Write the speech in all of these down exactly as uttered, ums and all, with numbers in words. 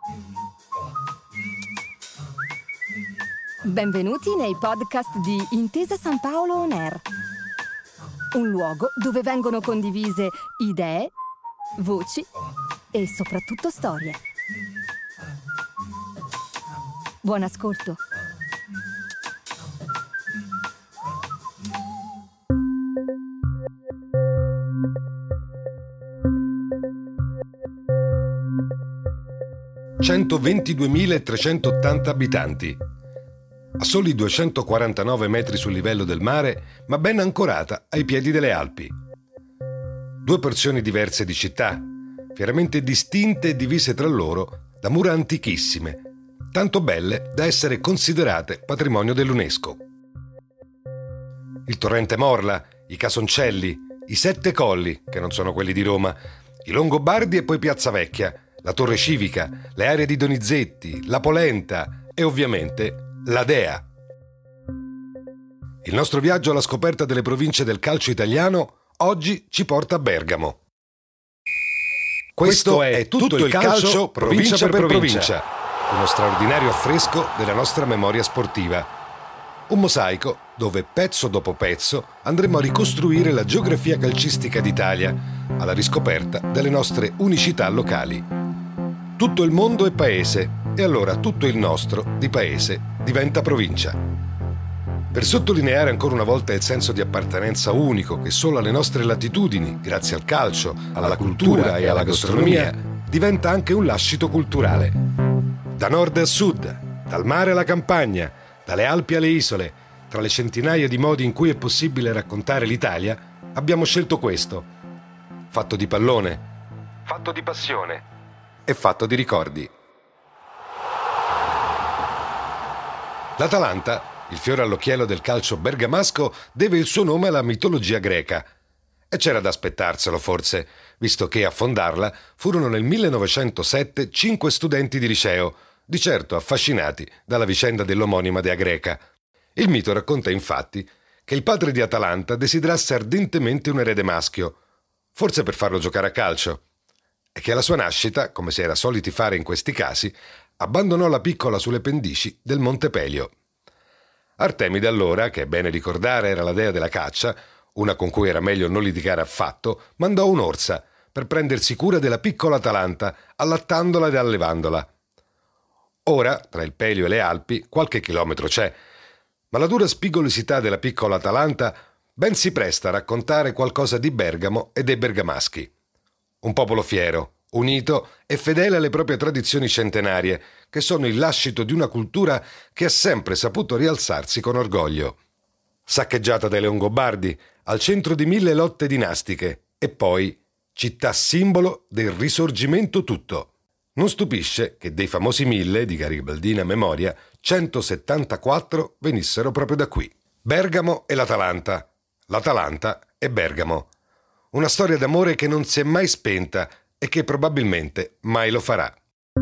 Benvenuti nei podcast di Intesa San Paolo On Air, un luogo dove vengono condivise idee, voci e soprattutto storie. Buon ascolto. centoventiduemilatrecentottanta abitanti. A soli duecentoquarantanove metri sul livello del mare, ma ben ancorata ai piedi delle Alpi. Due porzioni diverse di città, fieramente distinte e divise tra loro da mura antichissime, tanto belle da essere considerate patrimonio dell'UNESCO. Il torrente Morla, i Casoncelli, i Sette Colli, che non sono quelli di Roma, i Longobardi e poi Piazza Vecchia, la Torre Civica, le aree di Donizetti, la Polenta e ovviamente la Dea. Il nostro viaggio alla scoperta delle province del calcio italiano oggi ci porta a Bergamo. Questo è tutto il calcio provincia per provincia, uno straordinario affresco della nostra memoria sportiva. Un mosaico dove pezzo dopo pezzo andremo a ricostruire la geografia calcistica d'Italia alla riscoperta delle nostre unicità locali. Tutto il mondo è paese e allora tutto il nostro di paese diventa provincia. Per sottolineare ancora una volta il senso di appartenenza unico che solo alle nostre latitudini, grazie al calcio, alla cultura e alla gastronomia, diventa anche un lascito culturale. Da nord a sud, dal mare alla campagna, dalle Alpi alle isole, tra le centinaia di modi in cui è possibile raccontare l'Italia, abbiamo scelto questo. Fatto di pallone, fatto di passione e fatto di ricordi. L'Atalanta, il fiore all'occhiello del calcio bergamasco, deve il suo nome alla mitologia greca. E c'era da aspettarselo forse, visto che a fondarla furono nel millenovecentosette cinque studenti di liceo, di certo affascinati dalla vicenda dell'omonima dea greca. Il mito racconta infatti che il padre di Atalanta desiderasse ardentemente un erede maschio, forse per farlo giocare a calcio, e che alla sua nascita, come si era soliti fare in questi casi, abbandonò la piccola sulle pendici del Monte Pelio. Artemide allora, che è bene ricordare era la dea della caccia, una con cui era meglio non litigare affatto, mandò un'orsa per prendersi cura della piccola Atalanta, allattandola ed allevandola. Ora, tra il Pelio e le Alpi, qualche chilometro c'è, ma la dura spigolosità della piccola Atalanta ben si presta a raccontare qualcosa di Bergamo e dei bergamaschi. Un popolo fiero, unito e fedele alle proprie tradizioni centenarie, che sono il lascito di una cultura che ha sempre saputo rialzarsi con orgoglio. Saccheggiata dai Longobardi, al centro di mille lotte dinastiche, e poi città simbolo del risorgimento tutto. Non stupisce che dei famosi mille di garibaldina memoria, centosettantaquattro venissero proprio da qui. Bergamo e l'Atalanta, l'Atalanta e Bergamo. Una storia d'amore che non si è mai spenta e che probabilmente mai lo farà.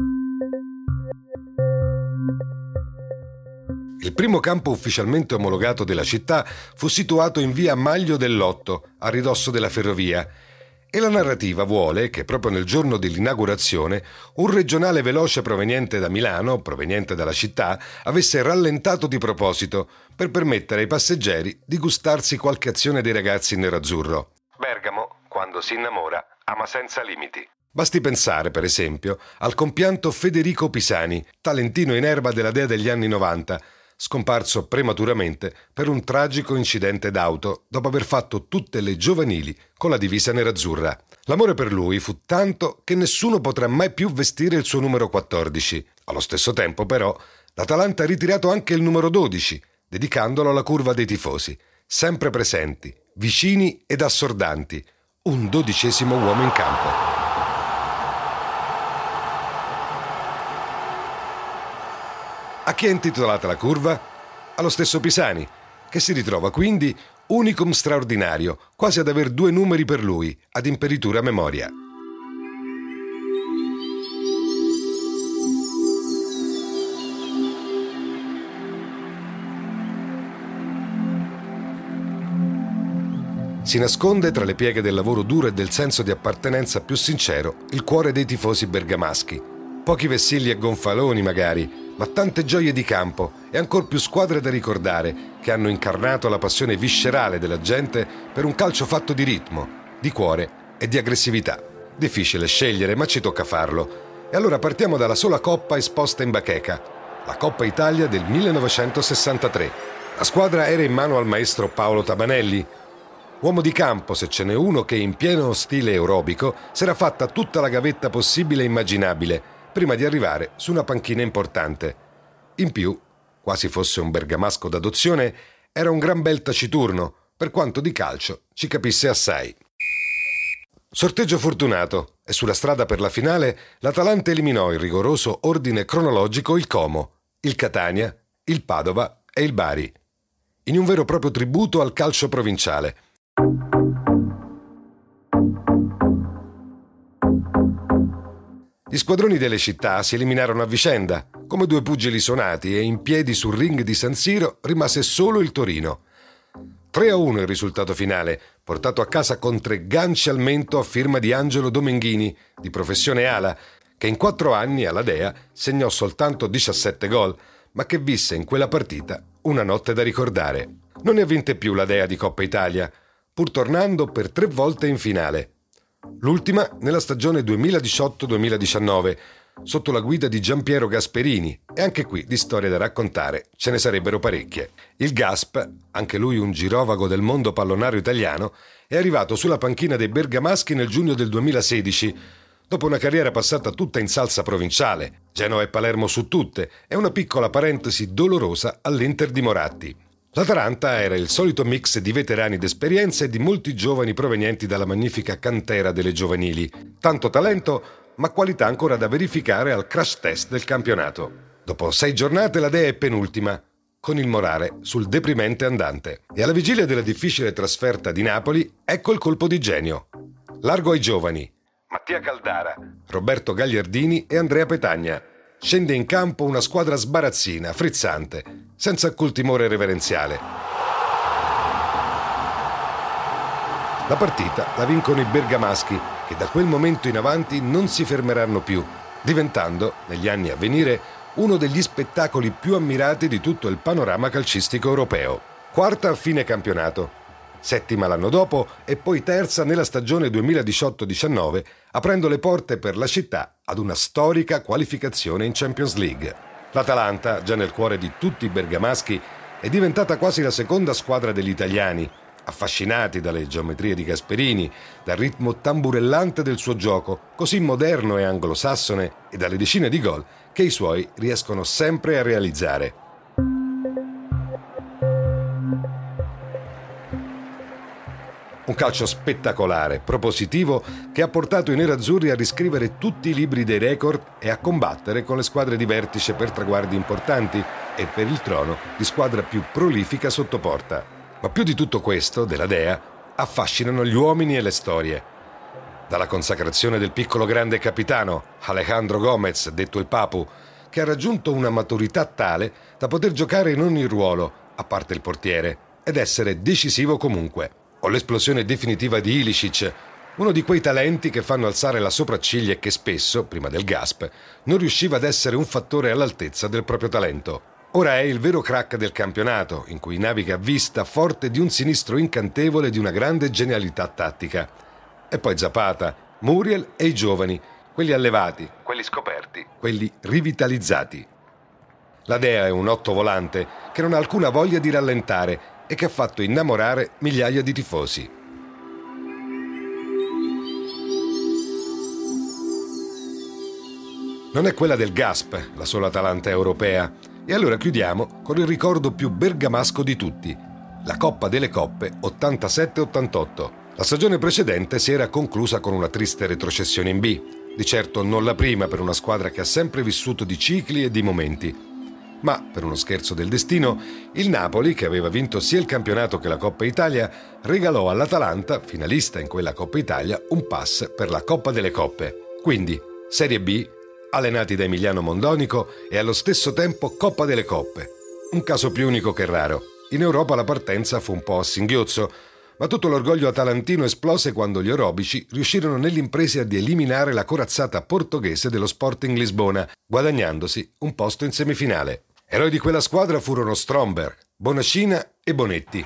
Il primo campo ufficialmente omologato della città fu situato in via Maglio dell'Otto, a ridosso della ferrovia, e la narrativa vuole che proprio nel giorno dell'inaugurazione un regionale veloce proveniente da Milano, proveniente dalla città, avesse rallentato di proposito per permettere ai passeggeri di gustarsi qualche azione dei ragazzi in nerazzurro. Bergamo, quando si innamora, ama senza limiti. Basti pensare, per esempio, al compianto Federico Pisani, talentino in erba della dea degli anni novanta, scomparso prematuramente per un tragico incidente d'auto dopo aver fatto tutte le giovanili con la divisa nerazzurra. L'amore per lui fu tanto che nessuno potrà mai più vestire il suo numero quattordici. Allo stesso tempo, però, l'Atalanta ha ritirato anche il numero dodici, dedicandolo alla curva dei tifosi, sempre presenti, vicini ed assordanti, un dodicesimo uomo in campo. A chi è intitolata la curva? Allo stesso Pisani, che si ritrova quindi unicum straordinario, quasi ad aver due numeri per lui, ad imperitura memoria. Si nasconde tra le pieghe del lavoro duro e del senso di appartenenza più sincero il cuore dei tifosi bergamaschi. Pochi vessilli e gonfaloni magari, ma tante gioie di campo e ancor più squadre da ricordare che hanno incarnato la passione viscerale della gente per un calcio fatto di ritmo, di cuore e di aggressività. Difficile scegliere, ma ci tocca farlo. E allora partiamo dalla sola coppa esposta in bacheca, la Coppa Italia del millenovecentosessantatré. La squadra era in mano al maestro Paolo Tabanelli, uomo di campo se ce n'è uno che in pieno stile aerobico s'era fatta tutta la gavetta possibile e immaginabile prima di arrivare su una panchina importante. In più, quasi fosse un bergamasco d'adozione, era un gran bel taciturno, per quanto di calcio ci capisse assai. Sorteggio fortunato e sulla strada per la finale l'Atalanta eliminò in rigoroso ordine cronologico il Como, il Catania, il Padova e il Bari, in un vero e proprio tributo al calcio provinciale. Gli squadroni delle città si eliminarono a vicenda, come due pugili sonati, e in piedi sul ring di San Siro rimase solo il Torino. tre a uno il risultato finale, portato a casa con tre ganci al mento a firma di Angelo Domenghini, di professione ala, che in quattro anni alla Dea segnò soltanto diciassette gol, ma che visse in quella partita una notte da ricordare. Non ne ha vinte più la Dea di Coppa Italia, pur tornando per tre volte in finale. L'ultima nella stagione duemiladiciotto duemiladiciannove, sotto la guida di Giampiero Gasperini, e anche qui di storie da raccontare ce ne sarebbero parecchie. Il Gasp, anche lui un girovago del mondo pallonario italiano, è arrivato sulla panchina dei bergamaschi nel giugno del duemilasedici, dopo una carriera passata tutta in salsa provinciale, Genova e Palermo su tutte, e una piccola parentesi dolorosa all'Inter di Moratti. L'Atalanta era il solito mix di veterani d'esperienza e di molti giovani provenienti dalla magnifica cantera delle giovanili. Tanto talento, ma qualità ancora da verificare al crash test del campionato. Dopo sei giornate la Dea è penultima, con il morale sul deprimente andante. E alla vigilia della difficile trasferta di Napoli, ecco il colpo di genio. Largo ai giovani: Mattia Caldara, Roberto Gagliardini e Andrea Petagna. Scende in campo una squadra sbarazzina, frizzante, senza alcun timore reverenziale. La partita la vincono i bergamaschi, che da quel momento in avanti non si fermeranno più, diventando, negli anni a venire, uno degli spettacoli più ammirati di tutto il panorama calcistico europeo. Quarta a fine campionato, settima l'anno dopo e poi terza nella stagione duemiladiciotto diciannove, aprendo le porte per la città ad una storica qualificazione in Champions League. L'Atalanta, già nel cuore di tutti i bergamaschi, è diventata quasi la seconda squadra degli italiani, affascinati dalle geometrie di Gasperini, dal ritmo tamburellante del suo gioco, così moderno e anglosassone, e dalle decine di gol che i suoi riescono sempre a realizzare. Un calcio spettacolare, propositivo, che ha portato i nerazzurri a riscrivere tutti i libri dei record e a combattere con le squadre di vertice per traguardi importanti e per il trono di squadra più prolifica sotto porta. Ma più di tutto questo, della Dea, affascinano gli uomini e le storie. Dalla consacrazione del piccolo grande capitano, Alejandro Gomez, detto il Papu, che ha raggiunto una maturità tale da poter giocare in ogni ruolo, a parte il portiere, ed essere decisivo comunque. O l'esplosione definitiva di Ilicic, uno di quei talenti che fanno alzare la sopracciglia e che spesso, prima del Gasp, non riusciva ad essere un fattore all'altezza del proprio talento. Ora è il vero crack del campionato, in cui naviga a vista forte di un sinistro incantevole e di una grande genialità tattica. E poi Zapata, Muriel e i giovani, quelli allevati, quelli scoperti, quelli rivitalizzati. La Dea è un otto volante che non ha alcuna voglia di rallentare e che ha fatto innamorare migliaia di tifosi. Non è quella del Gasp, la sola Atalanta europea. E allora chiudiamo con il ricordo più bergamasco di tutti, la Coppa delle Coppe ottantasette ottantotto. La stagione precedente si era conclusa con una triste retrocessione in B, di certo non la prima per una squadra che ha sempre vissuto di cicli e di momenti. Ma, per uno scherzo del destino, il Napoli, che aveva vinto sia il campionato che la Coppa Italia, regalò all'Atalanta, finalista in quella Coppa Italia, un pass per la Coppa delle Coppe. Quindi, Serie B, allenati da Emiliano Mondonico e allo stesso tempo Coppa delle Coppe. Un caso più unico che raro. In Europa la partenza fu un po' a singhiozzo, Ma tutto l'orgoglio atalantino esplose quando gli orobici riuscirono nell'impresa di eliminare la corazzata portoghese dello Sporting Lisbona, guadagnandosi un posto in semifinale. Eroi di quella squadra furono Stromberg, Bonacina e Bonetti.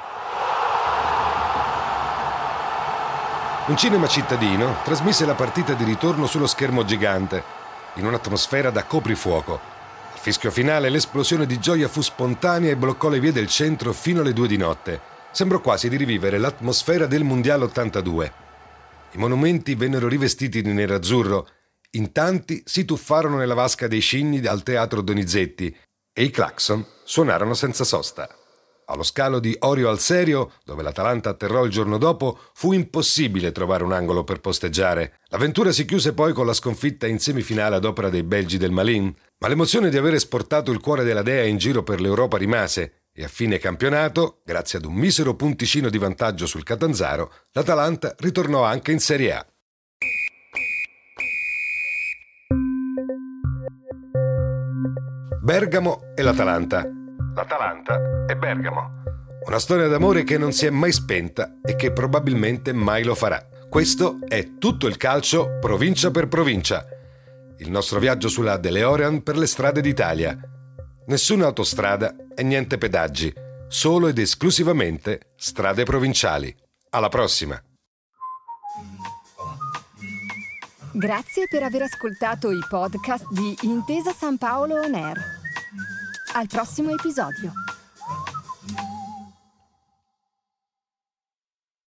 Un cinema cittadino trasmise la partita di ritorno sullo schermo gigante, in un'atmosfera da coprifuoco. Al fischio finale l'esplosione di gioia fu spontanea e bloccò le vie del centro fino alle due di notte. Sembrò quasi di rivivere l'atmosfera del Mondiale ottantadue. I monumenti vennero rivestiti di nerazzurro, in tanti si tuffarono nella vasca dei cigni al Teatro Donizetti e i clacson suonarono senza sosta. Allo scalo di Orio al Serio, dove l'Atalanta atterrò il giorno dopo, fu impossibile trovare un angolo per posteggiare. L'avventura si chiuse poi con la sconfitta in semifinale ad opera dei belgi del Malin, ma l'emozione di aver esportato il cuore della dea in giro per l'Europa rimase e a fine campionato, grazie ad un misero punticino di vantaggio sul Catanzaro, l'Atalanta ritornò anche in Serie A. Bergamo e l'Atalanta. L'Atalanta e Bergamo. Una storia d'amore che non si è mai spenta e che probabilmente mai lo farà. Questo è tutto il calcio provincia per provincia. Il nostro viaggio sulla DeLorean per le strade d'Italia. Nessuna autostrada e niente pedaggi, solo ed esclusivamente strade provinciali. Alla prossima! Grazie per aver ascoltato i podcast di Intesa San Paolo On Air. Al prossimo episodio.